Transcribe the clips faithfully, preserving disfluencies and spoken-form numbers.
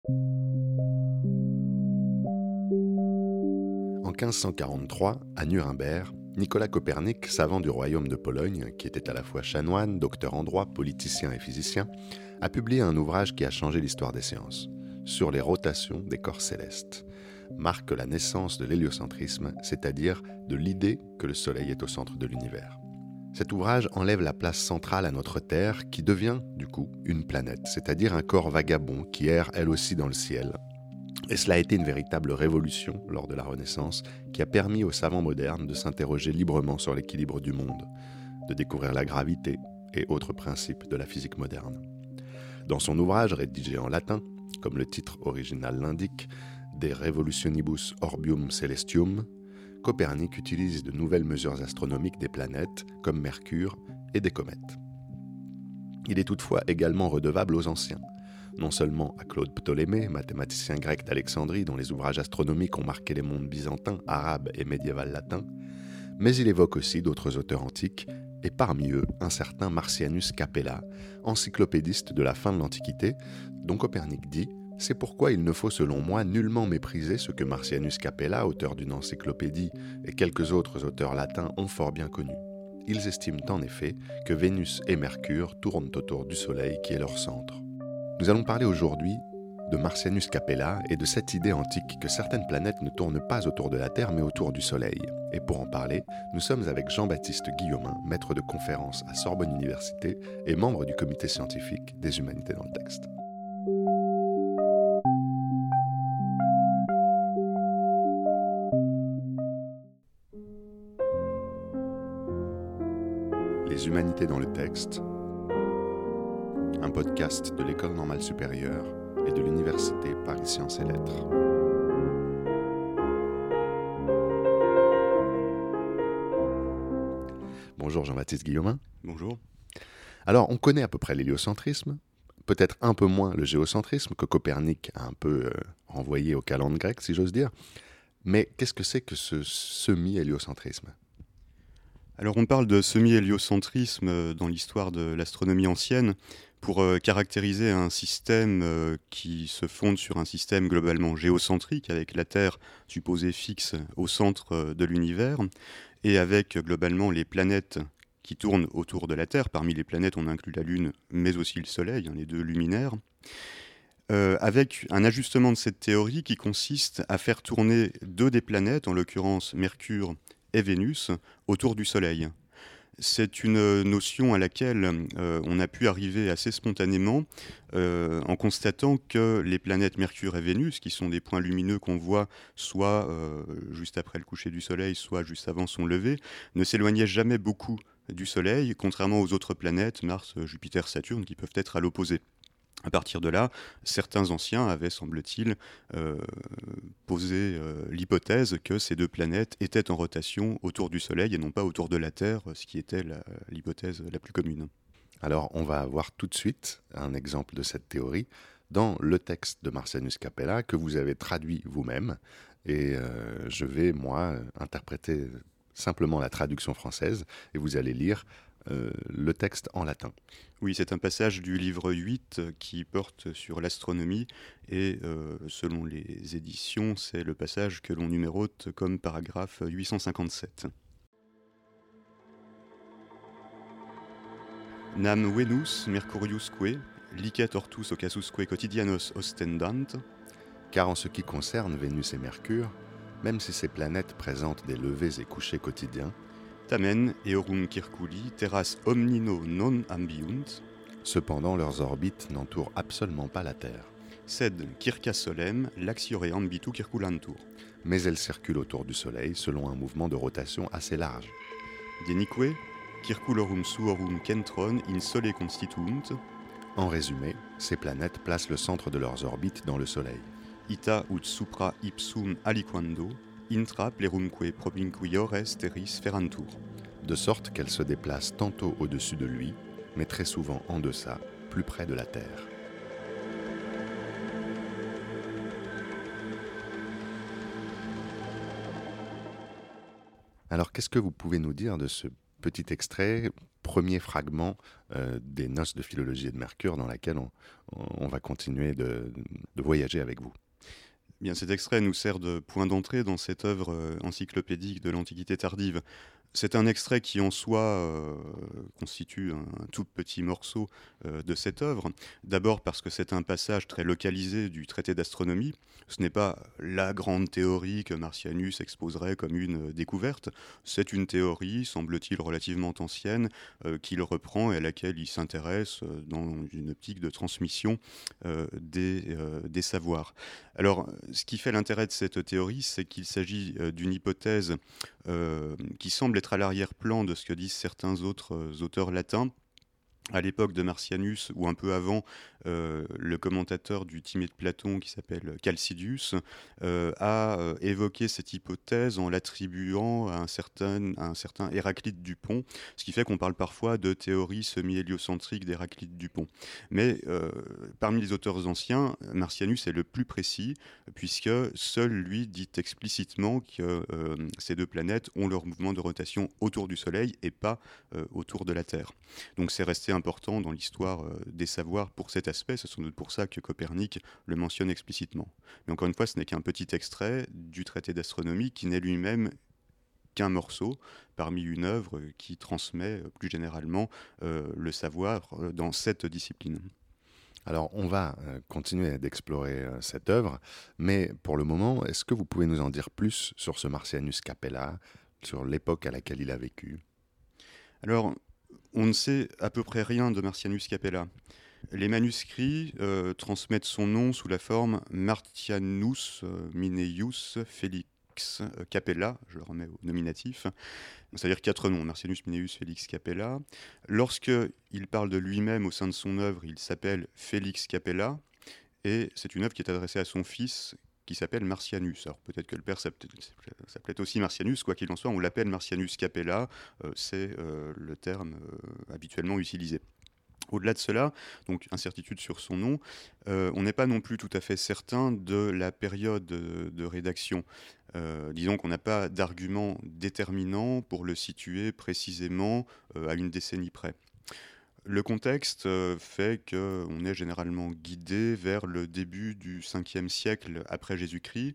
En quinze cent quarante-trois, à Nuremberg, Nicolas Copernic, savant du royaume de Pologne, qui était à la fois chanoine, docteur en droit, politicien et physicien, a publié un ouvrage qui a changé l'histoire des sciences, sur les rotations des corps célestes, marque la naissance de l'héliocentrisme, c'est-à-dire de l'idée que le Soleil est au centre de l'univers. Cet ouvrage enlève la place centrale à notre Terre, qui devient, du coup, une planète, c'est-à-dire un corps vagabond qui erre elle aussi dans le ciel. Et cela a été une véritable révolution lors de la Renaissance qui a permis aux savants modernes de s'interroger librement sur l'équilibre du monde, de découvrir la gravité et autres principes de la physique moderne. Dans son ouvrage rédigé en latin, comme le titre original l'indique, De Revolutionibus Orbium Celestium, Copernic utilise de nouvelles mesures astronomiques des planètes comme Mercure et des comètes. Il est toutefois également redevable aux anciens, non seulement à Claude Ptolémée, mathématicien grec d'Alexandrie dont les ouvrages astronomiques ont marqué les mondes byzantin, arabe et médiéval latin, mais il évoque aussi d'autres auteurs antiques, et parmi eux un certain Marcianus Capella, encyclopédiste de la fin de l'Antiquité, dont Copernic dit « C'est pourquoi il ne faut selon moi nullement mépriser ce que Marcianus Capella, auteur d'une encyclopédie, et quelques autres auteurs latins ont fort bien connu. Ils estiment en effet que Vénus et Mercure tournent autour du Soleil qui est leur centre. » Nous allons parler aujourd'hui de Marcianus Capella et de cette idée antique que certaines planètes ne tournent pas autour de la Terre mais autour du Soleil. Et pour en parler, nous sommes avec Jean-Baptiste Guillaumin, maître de conférences à Sorbonne Université et membre du comité scientifique des humanités dans le texte. Les humanités dans le texte, un podcast de l'École normale supérieure et de l'Université Paris Sciences et Lettres. Bonjour Jean-Baptiste Guillaumin. Bonjour. Alors, on connaît à peu près l'héliocentrisme, peut-être un peu moins le géocentrisme que Copernic a un peu euh, renvoyé au calende grec, si j'ose dire. Mais qu'est-ce que c'est que ce semi-héliocentrisme ? Alors on parle de semi-héliocentrisme dans l'histoire de l'astronomie ancienne pour euh, caractériser un système euh, qui se fonde sur un système globalement géocentrique avec la Terre supposée fixe au centre euh, de l'univers et avec euh, globalement les planètes qui tournent autour de la Terre. Parmi les planètes on inclut la Lune mais aussi le Soleil, hein, les deux luminaires. Euh, avec un ajustement de cette théorie qui consiste à faire tourner deux des planètes, en l'occurrence Mercure et Vénus, autour du Soleil. C'est une notion à laquelle euh, on a pu arriver assez spontanément euh, en constatant que les planètes Mercure et Vénus, qui sont des points lumineux qu'on voit soit euh, juste après le coucher du Soleil, soit juste avant son lever, ne s'éloignaient jamais beaucoup du Soleil, contrairement aux autres planètes, Mars, Jupiter, Saturne, qui peuvent être à l'opposé. À partir de là, certains anciens avaient, semble-t-il, euh, posé euh, l'hypothèse que ces deux planètes étaient en rotation autour du Soleil et non pas autour de la Terre, ce qui était la, l'hypothèse la plus commune. Alors, on va voir tout de suite un exemple de cette théorie dans le texte de Marcianus Capella que vous avez traduit vous-même. Et euh, je vais, moi, interpréter simplement la traduction française et vous allez lire Euh, le texte en latin. Oui, c'est un passage du livre huit qui porte sur l'astronomie et euh, selon les éditions, c'est le passage que l'on numérote comme paragraphe huit cent cinquante-sept. Nam Venus Mercuriusque, licet ortus occasusque quotidianos ostendant. Car en ce qui concerne Vénus et Mercure, même si ces planètes présentent des levers et couchers quotidiens, Tamen eorum circuli terras omnino non ambiunt. Cependant, leurs orbites n'entourent absolument pas la Terre. Sed circa solem laxiore ambitu circulantur. Mais elles circulent autour du Soleil selon un mouvement de rotation assez large. Denique circulorum suorum centron in sole constituunt. En résumé, ces planètes placent le centre de leurs orbites dans le Soleil. Ita ut supra ipsum aliquando. Intra plerumque propinquiores terris ferrantur. De sorte qu'elles se déplacent tantôt au-dessus de lui, mais très souvent en deçà, plus près de la Terre. Alors, qu'est-ce que vous pouvez nous dire de ce petit extrait premier fragment euh, des Noces de philologie et de Mercure dans laquelle on, on va continuer de, de voyager avec vous. Bien, cet extrait nous sert de point d'entrée dans cette œuvre euh, encyclopédique de l'Antiquité tardive. C'est un extrait qui en soi euh, constitue un, un tout petit morceau euh, de cette œuvre. D'abord parce que c'est un passage très localisé du traité d'astronomie. Ce n'est pas la grande théorie que Martianus exposerait comme une euh, découverte. C'est une théorie, semble-t-il, relativement ancienne, euh, qu'il reprend et à laquelle il s'intéresse euh, dans une optique de transmission euh, des, euh, des savoirs. Alors, ce qui fait l'intérêt de cette théorie, c'est qu'il s'agit euh, d'une hypothèse euh, qui semble être à l'arrière-plan de ce que disent certains autres euh, auteurs latins. À l'époque de Marcianus, ou un peu avant, euh, le commentateur du Timée de Platon, qui s'appelle Chalcidius, euh, a euh, évoqué cette hypothèse en l'attribuant à un certain, à un certain Héraclite du Pont, ce qui fait qu'on parle parfois de théorie semi-héliocentrique d'Héraclite du Pont. Mais euh, parmi les auteurs anciens, Marcianus est le plus précis, puisque seul lui dit explicitement que euh, ces deux planètes ont leur mouvement de rotation autour du Soleil et pas euh, autour de la Terre. Donc c'est resté important dans l'histoire euh, des savoirs pour cet aspect. C'est sans doute pour ça que Copernic le mentionne explicitement. Mais encore une fois, ce n'est qu'un petit extrait du traité d'astronomie qui n'est lui-même qu'un morceau parmi une œuvre qui transmet euh, plus généralement euh, le savoir euh, dans cette discipline. Alors, on va euh, continuer d'explorer euh, cette œuvre, mais pour le moment, est-ce que vous pouvez nous en dire plus sur ce Marcianus Capella, sur l'époque à laquelle il a vécu ? Alors, on ne sait à peu près rien de Marcianus Capella. Les manuscrits euh, transmettent son nom sous la forme Martianus euh, Mineius Felix euh, Capella, je le remets au nominatif, c'est-à-dire quatre noms, Marcianus Mineius Felix Capella. Lorsqu'il parle de lui-même au sein de son œuvre, il s'appelle Félix Capella, et c'est une œuvre qui est adressée à son fils, qui s'appelle Marcianus. Alors peut-être que le père s'appelait aussi Marcianus, quoi qu'il en soit, on l'appelle Marcianus Capella, euh, c'est euh, le terme euh, habituellement utilisé. Au-delà de cela, donc incertitude sur son nom, euh, on n'est pas non plus tout à fait certain de la période de, de rédaction. Euh, disons qu'on n'a pas d'argument déterminant pour le situer précisément euh, à une décennie près. Le contexte euh, fait qu'on est généralement guidé vers le début du cinquième siècle après Jésus-Christ.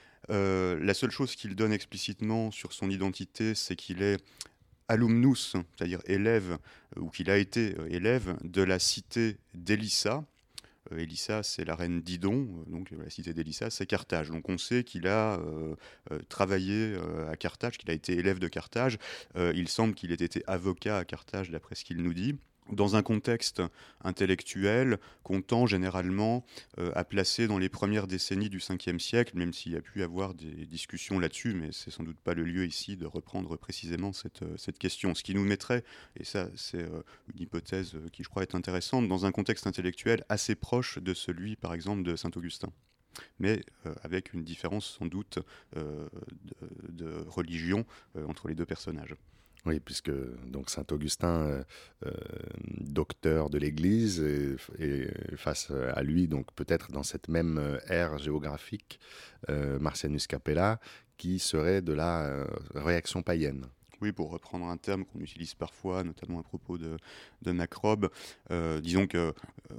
Euh, la seule chose qu'il donne explicitement sur son identité, c'est qu'il est alumnus, c'est-à-dire élève, euh, ou qu'il a été euh, élève de la cité d'Élissa. Euh, Élissa, c'est la reine d'Idon, euh, donc la cité d'Élissa, c'est Carthage. Donc on sait qu'il a euh, euh, travaillé euh, à Carthage, qu'il a été élève de Carthage. Euh, il semble qu'il ait été avocat à Carthage, d'après ce qu'il nous dit, dans un contexte intellectuel qu'on tend généralement euh, à placer dans les premières décennies du cinquième siècle, même s'il y a pu y avoir des discussions là-dessus, mais c'est sans doute pas le lieu ici de reprendre précisément cette, euh, cette question. Ce qui nous mettrait, et ça c'est euh, une hypothèse qui je crois est intéressante, dans un contexte intellectuel assez proche de celui par exemple de Saint-Augustin, mais euh, avec une différence sans doute euh, de, de religion euh, entre les deux personnages. Oui, puisque donc Saint Augustin, euh, euh, docteur de l'Église, et, et face à lui, donc peut-être dans cette même ère géographique, euh, Marcianus Capella, qui serait de la euh, réaction païenne. Oui, pour reprendre un terme qu'on utilise parfois, notamment à propos de, de Macrobe, euh, disons que euh,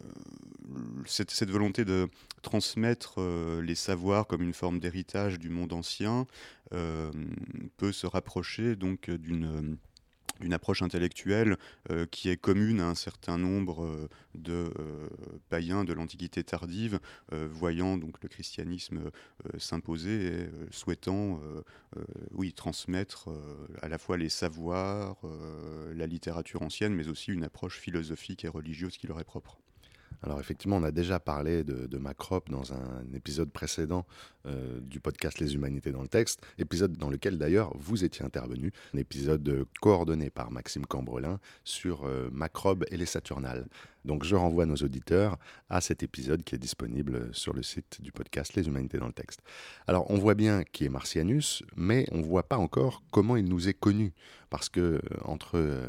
cette, cette volonté de transmettre euh, les savoirs comme une forme d'héritage du monde ancien euh, peut se rapprocher donc d'une d'une approche intellectuelle euh, qui est commune à un certain nombre euh, de euh, païens de l'Antiquité tardive, euh, voyant donc le christianisme euh, s'imposer et euh, souhaitant euh, euh, oui, transmettre euh, à la fois les savoirs, euh, la littérature ancienne, mais aussi une approche philosophique et religieuse qui leur est propre. Alors effectivement, on a déjà parlé de, de Macrope dans un épisode précédent euh, du podcast Les Humanités dans le texte, épisode dans lequel d'ailleurs vous étiez intervenu, un épisode coordonné par Maxime Cambrelin sur euh, Macrobe et les Saturnales. Donc je renvoie nos auditeurs à cet épisode qui est disponible sur le site du podcast Les Humanités dans le texte. Alors on voit bien qui est Marcianus, mais on ne voit pas encore comment il nous est connu, parce que euh, entre euh,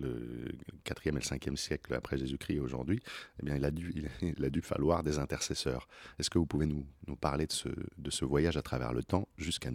le quatrième et le cinquième siècle après Jésus-Christ et aujourd'hui, eh bien, il a dû, il, il a dû falloir des intercesseurs. Est-ce que vous pouvez nous, nous parler de ce, de ce voyage à travers le temps jusqu'à nous ?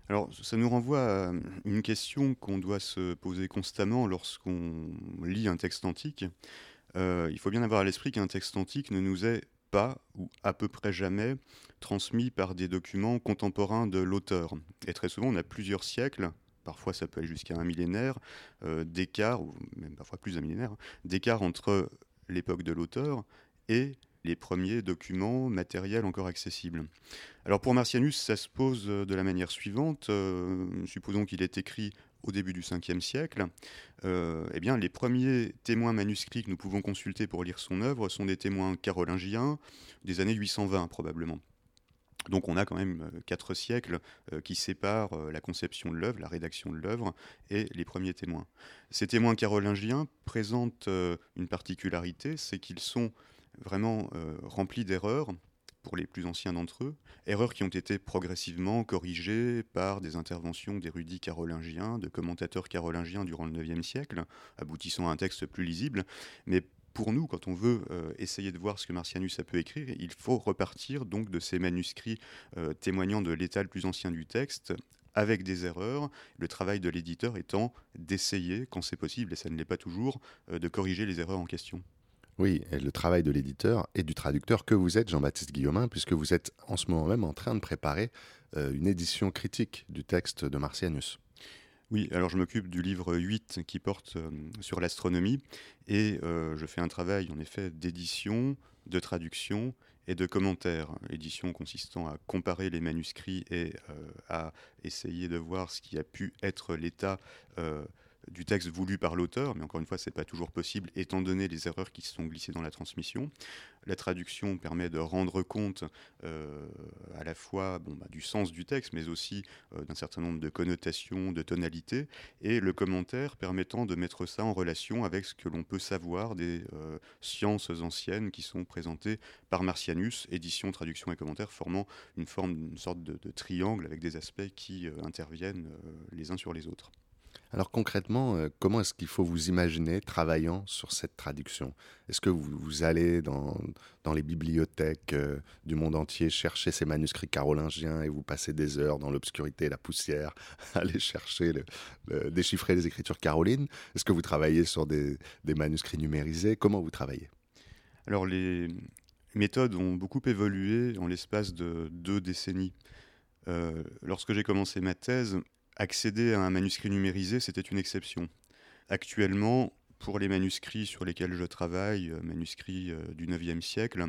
Alors, ça nous renvoie à une question qu'on doit se poser constamment lorsqu'on lit un texte antique. Euh, il faut bien avoir à l'esprit qu'un texte antique ne nous est pas, ou à peu près jamais, transmis par des documents contemporains de l'auteur. Et très souvent, on a plusieurs siècles, parfois ça peut aller jusqu'à un millénaire, euh, d'écart, ou même parfois plus d'un millénaire, hein, d'écart entre l'époque de l'auteur et les premiers documents matériels encore accessibles. Alors pour Martianus, ça se pose de la manière suivante. Euh, supposons qu'il est écrit au début du cinquième siècle. Euh, eh bien, les premiers témoins manuscrits que nous pouvons consulter pour lire son œuvre sont des témoins carolingiens des années huit cent vingt probablement. Donc on a quand même quatre siècles euh, qui séparent euh, la conception de l'œuvre, la rédaction de l'œuvre et les premiers témoins. Ces témoins carolingiens présentent euh, une particularité, c'est qu'ils sont vraiment euh, remplis d'erreurs pour les plus anciens d'entre eux, erreurs qui ont été progressivement corrigées par des interventions d'érudits carolingiens, de commentateurs carolingiens durant le neuvième siècle, aboutissant à un texte plus lisible, mais pour nous, quand on veut euh, essayer de voir ce que Martianus a pu écrire, il faut repartir donc de ces manuscrits euh, témoignant de l'état le plus ancien du texte, avec des erreurs, le travail de l'éditeur étant d'essayer, quand c'est possible, et ça ne l'est pas toujours, euh, de corriger les erreurs en question. Oui, et le travail de l'éditeur et du traducteur que vous êtes, Jean-Baptiste Guillaumin, puisque vous êtes en ce moment même en train de préparer euh, une édition critique du texte de Martianus. Oui, alors je m'occupe du livre huit qui porte euh, sur l'astronomie et euh, je fais un travail en effet d'édition, de traduction et de commentaires. Édition consistant à comparer les manuscrits et euh, à essayer de voir ce qui a pu être l'état euh, du texte voulu par l'auteur, mais encore une fois, ce n'est pas toujours possible étant donné les erreurs qui se sont glissées dans la transmission. La traduction permet de rendre compte euh, à la fois bon, bah, du sens du texte, mais aussi euh, d'un certain nombre de connotations, de tonalités, et le commentaire permettant de mettre ça en relation avec ce que l'on peut savoir des euh, sciences anciennes qui sont présentées par Martianus, édition, traduction et commentaire, formant une forme, une sorte de, de triangle avec des aspects qui euh, interviennent euh, les uns sur les autres. Alors concrètement, euh, comment est-ce qu'il faut vous imaginer travaillant sur cette traduction? Est-ce que vous, vous allez dans, dans les bibliothèques euh, du monde entier chercher ces manuscrits carolingiens et vous passez des heures dans l'obscurité et la poussière à aller chercher, le, le- déchiffrer les écritures carolines? Est-ce que vous travaillez sur des, des manuscrits numérisés? Comment vous travaillez? Alors les méthodes ont beaucoup évolué en l'espace de deux décennies. Euh, lorsque j'ai commencé ma thèse, accéder à un manuscrit numérisé, c'était une exception. Actuellement, pour les manuscrits sur lesquels je travaille, euh, manuscrits euh, du neuvième siècle,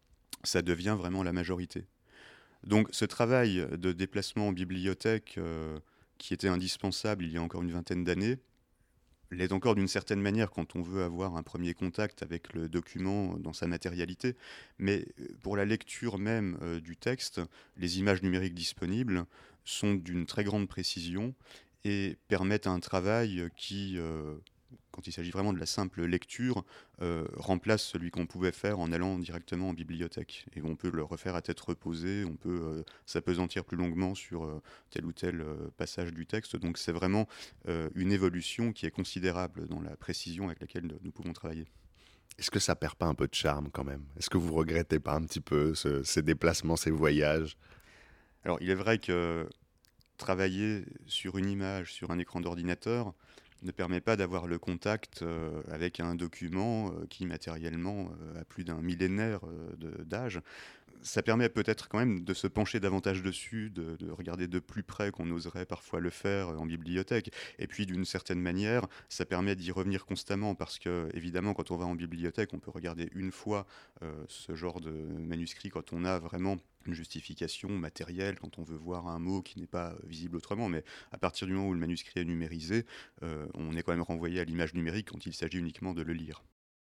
ça devient vraiment la majorité. Donc ce travail de déplacement en bibliothèque, euh, qui était indispensable il y a encore une vingtaine d'années, l'est encore d'une certaine manière quand on veut avoir un premier contact avec le document dans sa matérialité, mais euh, pour la lecture même euh, du texte, les images numériques disponibles sont d'une très grande précision et permettent un travail qui, euh, quand il s'agit vraiment de la simple lecture, euh, remplace celui qu'on pouvait faire en allant directement en bibliothèque. Et on peut le refaire à tête reposée, on peut euh, s'apesantir plus longuement sur euh, tel ou tel euh, passage du texte. Donc c'est vraiment euh, une évolution qui est considérable dans la précision avec laquelle nous pouvons travailler. Est-ce que ça perd pas un peu de charme quand même? Est-ce que vous regrettez pas un petit peu ce- ces déplacements, ces voyages? Alors il est vrai que travailler sur une image, sur un écran d'ordinateur, ne permet pas d'avoir le contact euh, avec un document euh, qui matériellement euh, a plus d'un millénaire euh, de- d'âge. Ça permet peut-être quand même de se pencher davantage dessus, de, de regarder de plus près qu'on oserait parfois le faire en bibliothèque. Et puis d'une certaine manière, ça permet d'y revenir constamment parce que évidemment quand on va en bibliothèque, on peut regarder une fois euh, ce genre de manuscrit quand on a vraiment une justification matérielle, quand on veut voir un mot qui n'est pas visible autrement. Mais à partir du moment où le manuscrit est numérisé, euh, on est quand même renvoyé à l'image numérique quand il s'agit uniquement de le lire.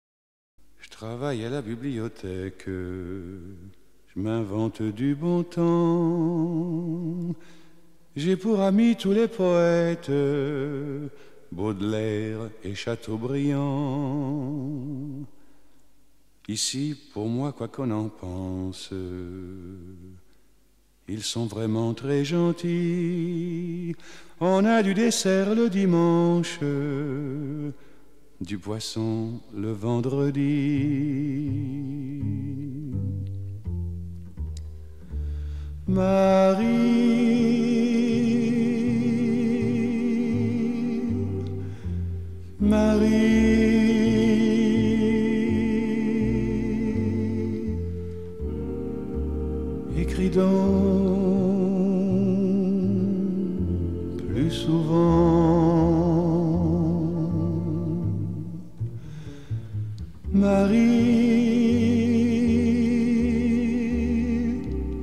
Je travaille à la bibliothèque, je m'invente du bon temps. J'ai pour amis tous les poètes, Baudelaire et Chateaubriand. Ici, pour moi, quoi qu'on en pense, ils sont vraiment très gentils. On a du dessert le dimanche, du poisson le vendredi. Marie Marie, écris donc plus souvent. Marie,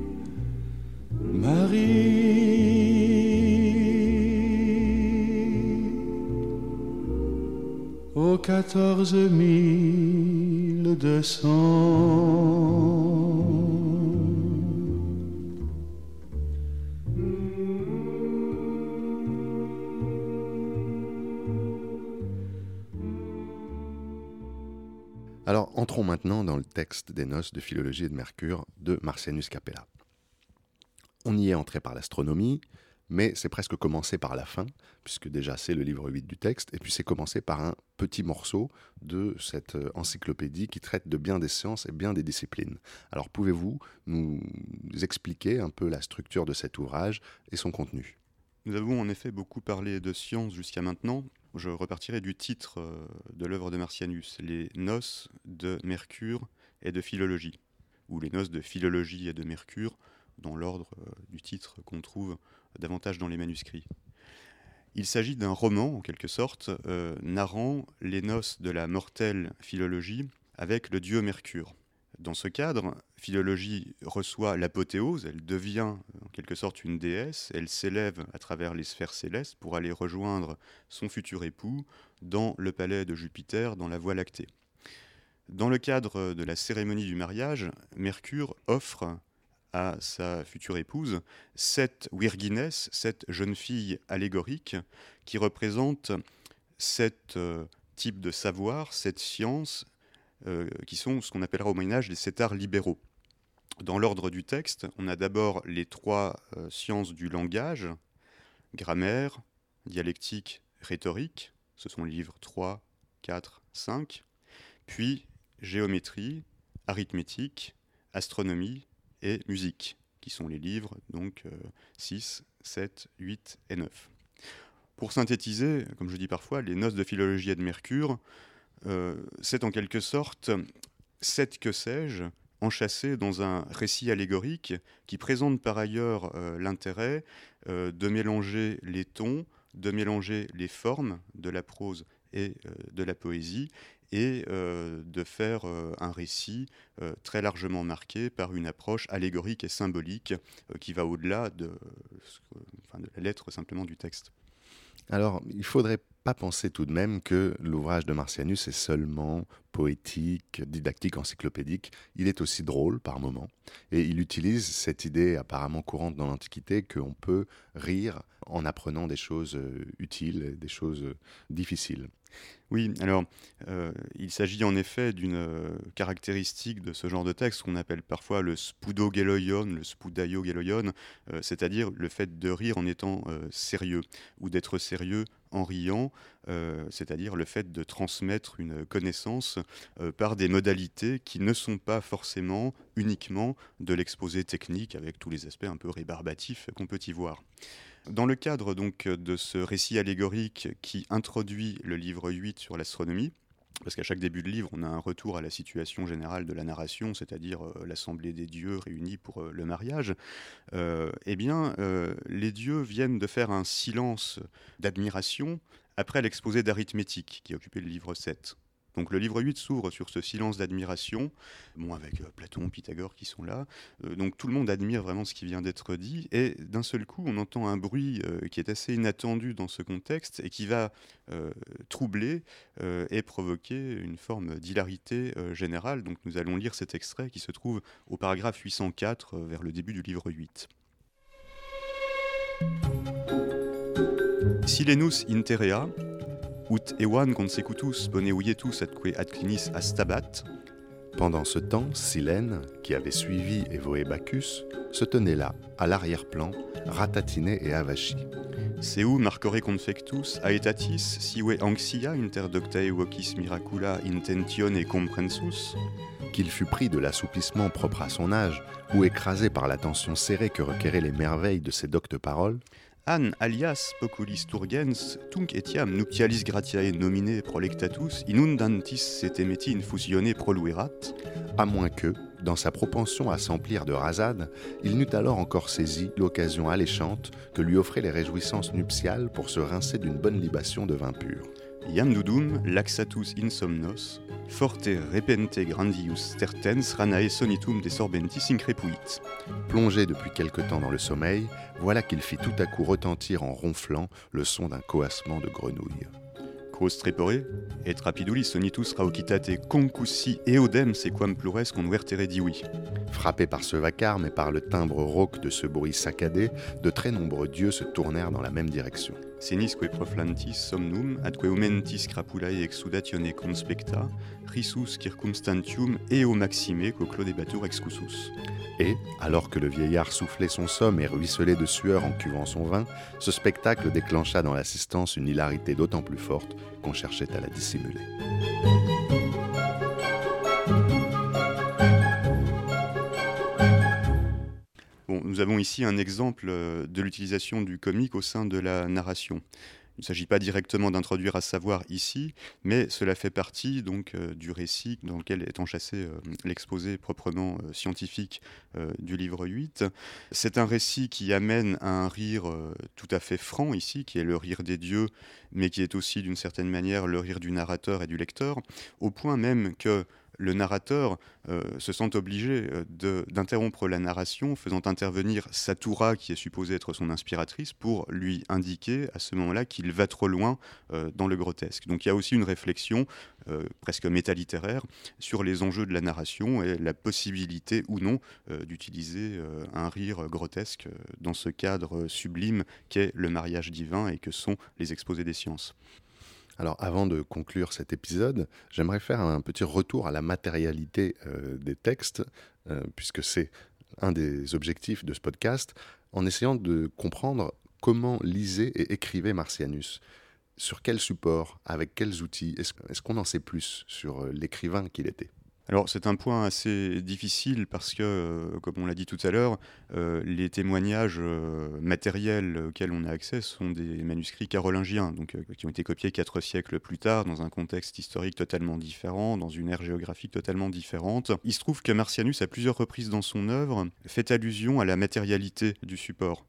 Marie, au quatorze mille deux cents. Alors, entrons maintenant dans le texte des Noces de philologie et de Mercure de Marcianus Capella. On y est entré par l'astronomie, mais c'est presque commencé par la fin, puisque déjà c'est le livre huit du texte, et puis c'est commencé par un petit morceau de cette encyclopédie qui traite de bien des sciences et bien des disciplines. Alors pouvez-vous nous expliquer un peu la structure de cet ouvrage et son contenu ? Nous avons en effet beaucoup parlé de sciences jusqu'à maintenant. Je repartirai du titre de l'œuvre de Marcianus, les Noces de Mercure et de philologie, ou les Noces de philologie et de Mercure, dans l'ordre du titre qu'on trouve davantage dans les manuscrits. Il s'agit d'un roman, en quelque sorte, euh, narrant les noces de la mortelle philologie avec le dieu Mercure. Dans ce cadre, philologie reçoit l'apothéose, elle devient en quelque sorte une déesse, elle s'élève à travers les sphères célestes pour aller rejoindre son futur époux dans le palais de Jupiter, dans la Voie lactée. Dans le cadre de la cérémonie du mariage, Mercure offre à sa future épouse sept Virgines, sept jeunes filles allégoriques qui représentent sept euh, types de savoir, sept sciences, Euh, qui sont ce qu'on appellera au Moyen-Âge les sept arts libéraux. Dans l'ordre du texte, on a d'abord les trois euh, sciences du langage, grammaire, dialectique, rhétorique, ce sont les livres trois, quatre, cinq, puis géométrie, arithmétique, astronomie et musique, qui sont les livres donc euh, six, sept, huit et neuf. Pour synthétiser, comme je dis parfois, les noces de philologie et de Mercure, Euh, c'est en quelque sorte sept que sais-je enchâssés dans un récit allégorique qui présente par ailleurs euh, l'intérêt euh, de mélanger les tons, de mélanger les formes de la prose et euh, de la poésie et euh, de faire euh, un récit euh, très largement marqué par une approche allégorique et symbolique euh, qui va au-delà de, euh, enfin, de la lettre simplement du texte. Alors, il ne faudrait pas penser tout de même que l'ouvrage de Marcianus est seulement poétique, didactique, encyclopédique. Il est aussi drôle par moments. Et il utilise cette idée apparemment courante dans l'Antiquité qu'on peut rire en apprenant des choses utiles, des choses difficiles. Oui, alors euh, il s'agit en effet d'une euh, caractéristique de ce genre de texte qu'on appelle parfois le spoudogeloion, le spoudaiogeloion, euh, c'est-à-dire le fait de rire en étant euh, sérieux, ou d'être sérieux en riant, euh, c'est-à-dire le fait de transmettre une connaissance euh, par des modalités qui ne sont pas forcément uniquement de l'exposé technique avec tous les aspects un peu rébarbatifs qu'on peut y voir. Dans le cadre donc de ce récit allégorique qui introduit le livre huit sur l'astronomie, parce qu'à chaque début de livre, on a un retour à la situation générale de la narration, c'est-à-dire euh, l'assemblée des dieux réunis pour euh, le mariage, euh, eh bien, euh, les dieux viennent de faire un silence d'admiration après l'exposé d'arithmétique qui occupait le livre sept. Donc le livre huit s'ouvre sur ce silence d'admiration, bon, avec euh, Platon, Pythagore qui sont là. Euh, donc tout le monde admire vraiment ce qui vient d'être dit. Et d'un seul coup, on entend un bruit euh, qui est assez inattendu dans ce contexte et qui va euh, troubler euh, et provoquer une forme d'hilarité euh, générale. Donc nous allons lire cet extrait qui se trouve au paragraphe huit cent quatre, euh, vers le début du livre huit. Silenus interea ut evan consecutus boneuietus atque ad clinis astabat. Pendant ce temps, Silène, qui avait suivi Évoé Bacchus, se tenait là, à l'arrière-plan, ratatinée et avachie. Seu marcore confectus aetatis sive anxia inter doctae vocis miracula intentione comprensus. Qu'il fût pris de l'assoupissement propre à son âge, ou écrasé par l'attention serrée que requéraient les merveilles de ses doctes paroles, An alias populis turgens tunc etiam nuptialis gratiae nomine prolectatus inundantis setemeti infusione proluerat. À moins que, dans sa propension à s'emplir de rasade, il n'eût alors encore saisi l'occasion alléchante que lui offraient les réjouissances nuptiales pour se rincer d'une bonne libation de vin pur. Iam nudum laxatus insomnos, forte repente grandius tertens ranae sonitum desorbentis increpuit. Plongé depuis quelque temps dans le sommeil, voilà qu'il fit tout à coup retentir en ronflant le son d'un coassement de grenouille. Quos trepore, et rapidulis sonitus raucitate concussi eodem sequam plures convertere divi. Frappés par ce vacarme et par le timbre rauque de ce bruit saccadé, de très nombreux dieux se tournèrent dans la même direction. Senisque proflantis somnum, atque mentis crapulae exudatione conspecta, risus circumstantium eo maxime coclodebatur excussus. Et, alors que le vieillard soufflait son somme et ruisselait de sueur en cuvant son vin, ce spectacle déclencha dans l'assistance une hilarité d'autant plus forte qu'on cherchait à la dissimuler. Bon, nous avons ici un exemple de l'utilisation du comique au sein de la narration. Il ne s'agit pas directement d'introduire à savoir ici, mais cela fait partie donc euh, du récit dans lequel est enchâssé euh, l'exposé proprement euh, scientifique euh, du livre huit. C'est un récit qui amène à un rire euh, tout à fait franc ici, qui est le rire des dieux, mais qui est aussi d'une certaine manière le rire du narrateur et du lecteur, au point même que le narrateur euh, se sent obligé euh, de, d'interrompre la narration, faisant intervenir Satura, qui est supposée être son inspiratrice, pour lui indiquer à ce moment-là qu'il va trop loin euh, dans le grotesque. Donc il y a aussi une réflexion euh, presque métalittéraire sur les enjeux de la narration et la possibilité ou non euh, d'utiliser euh, un rire grotesque dans ce cadre sublime qu'est le mariage divin et que sont les exposés des sciences. Alors, avant de conclure cet épisode, j'aimerais faire un petit retour à la matérialité euh, des textes, euh, puisque c'est un des objectifs de ce podcast, en essayant de comprendre comment lisait et écrivait Marcianus. Sur quel support, avec quels outils, est-ce, est-ce qu'on en sait plus sur euh, l'écrivain qu'il était ? Alors c'est un point assez difficile parce que, euh, comme on l'a dit tout à l'heure, euh, les témoignages euh, matériels auxquels on a accès sont des manuscrits carolingiens, donc, euh, qui ont été copiés quatre siècles plus tard dans un contexte historique totalement différent, dans une ère géographique totalement différente. Il se trouve que Marcianus, à plusieurs reprises dans son œuvre, fait allusion à la matérialité du support.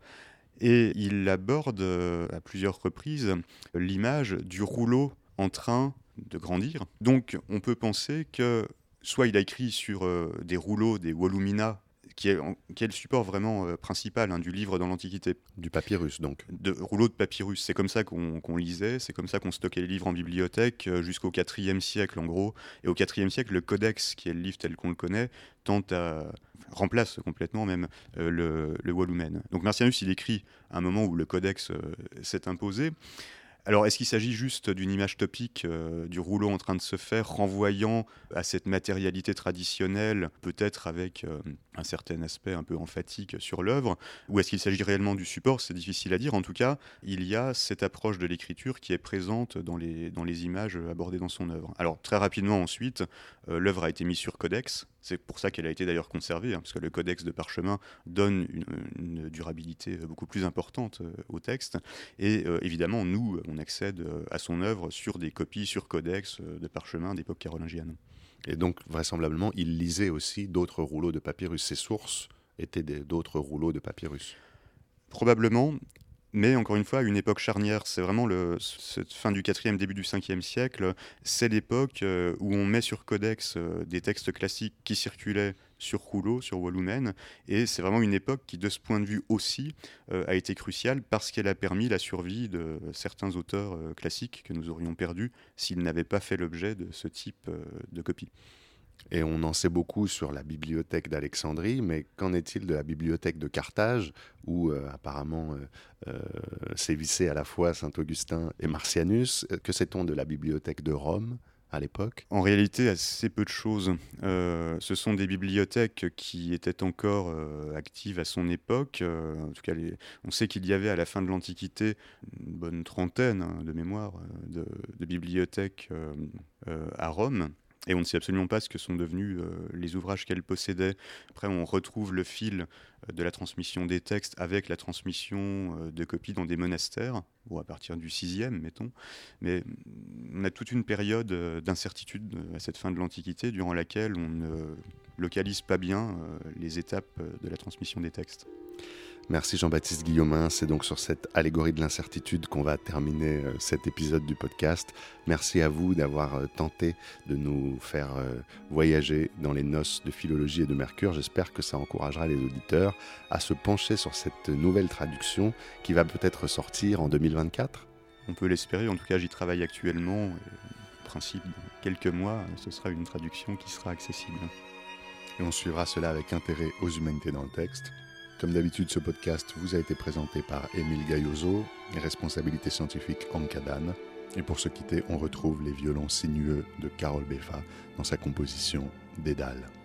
Et il aborde euh, à plusieurs reprises l'image du rouleau en train de grandir. Donc on peut penser que soit il a écrit sur euh, des rouleaux, des volumina, qui est, en, qui est le support vraiment euh, principal hein, du livre dans l'Antiquité. Du papyrus, donc. De rouleaux de papyrus. C'est comme ça qu'on, qu'on lisait, c'est comme ça qu'on stockait les livres en bibliothèque euh, jusqu'au quatrième siècle, en gros. Et au quatrième siècle, le codex, qui est le livre tel qu'on le connaît, tente à... remplace complètement même euh, le, le volumen. Donc Marcianus, il écrit à un moment où le codex euh, s'est imposé. Alors, est-ce qu'il s'agit juste d'une image topique euh, du rouleau en train de se faire, renvoyant à cette matérialité traditionnelle, peut-être avec euh, un certain aspect un peu emphatique sur l'œuvre, ou est-ce qu'il s'agit réellement du support ? C'est difficile à dire. En tout cas, il y a cette approche de l'écriture qui est présente dans les, dans les images abordées dans son œuvre. Alors, très rapidement ensuite, euh, l'œuvre a été mise sur codex. C'est pour ça qu'elle a été d'ailleurs conservée, hein, parce que le codex de parchemin donne une, une durabilité beaucoup plus importante euh, au texte. Et euh, évidemment, nous, on accède euh, à son œuvre sur des copies sur codex euh, de parchemin d'époque carolingienne. Et donc, vraisemblablement, il lisait aussi d'autres rouleaux de papyrus. Ses sources étaient des, d'autres rouleaux de papyrus. Probablement. Mais encore une fois, à une époque charnière, c'est vraiment le, cette fin du quatrième, début du cinquième siècle, c'est l'époque euh, où on met sur codex euh, des textes classiques qui circulaient sur rouleau, sur volumen, et c'est vraiment une époque qui, de ce point de vue aussi, euh, a été cruciale parce qu'elle a permis la survie de certains auteurs euh, classiques que nous aurions perdus s'ils n'avaient pas fait l'objet de ce type euh, de copie. Et on en sait beaucoup sur la bibliothèque d'Alexandrie, mais qu'en est-il de la bibliothèque de Carthage, où euh, apparemment euh, euh, sévissaient à la fois Saint-Augustin et Marcianus ? Que sait-on de la bibliothèque de Rome à l'époque ? En réalité, assez peu de choses. Euh, ce sont des bibliothèques qui étaient encore euh, actives à son époque. Euh, en tout cas, les... on sait qu'il y avait à la fin de l'Antiquité une bonne trentaine hein, de mémoire de, de bibliothèques euh, euh, à Rome. Et on ne sait absolument pas ce que sont devenus euh, les ouvrages qu'elle possédait. Après, on retrouve le fil euh, de la transmission des textes avec la transmission euh, de copies dans des monastères, ou à partir du sixième, mettons. Mais on a toute une période euh, d'incertitude euh, à cette fin de l'Antiquité, durant laquelle on ne localise pas bien euh, les étapes euh, de la transmission des textes. Merci Jean-Baptiste Guillaumin, c'est donc sur cette allégorie de l'incertitude qu'on va terminer euh, cet épisode du podcast. Merci à vous d'avoir euh, tenté de nous faire euh, voyager dans les noces de philologie et de Mercure. J'espère que ça encouragera les auditeurs à se pencher sur cette nouvelle traduction qui va peut-être sortir en deux mille vingt-quatre. On peut l'espérer, en tout cas j'y travaille actuellement. En principe, dans quelques mois, ce sera une traduction qui sera accessible. Et on suivra cela avec intérêt aux humanités dans le texte. Comme d'habitude, ce podcast vous a été présenté par Émile Gaillozo, responsabilité scientifique Ankadam. Et pour se quitter, on retrouve les violons sinueux de Carole Beffa dans sa composition Dédale.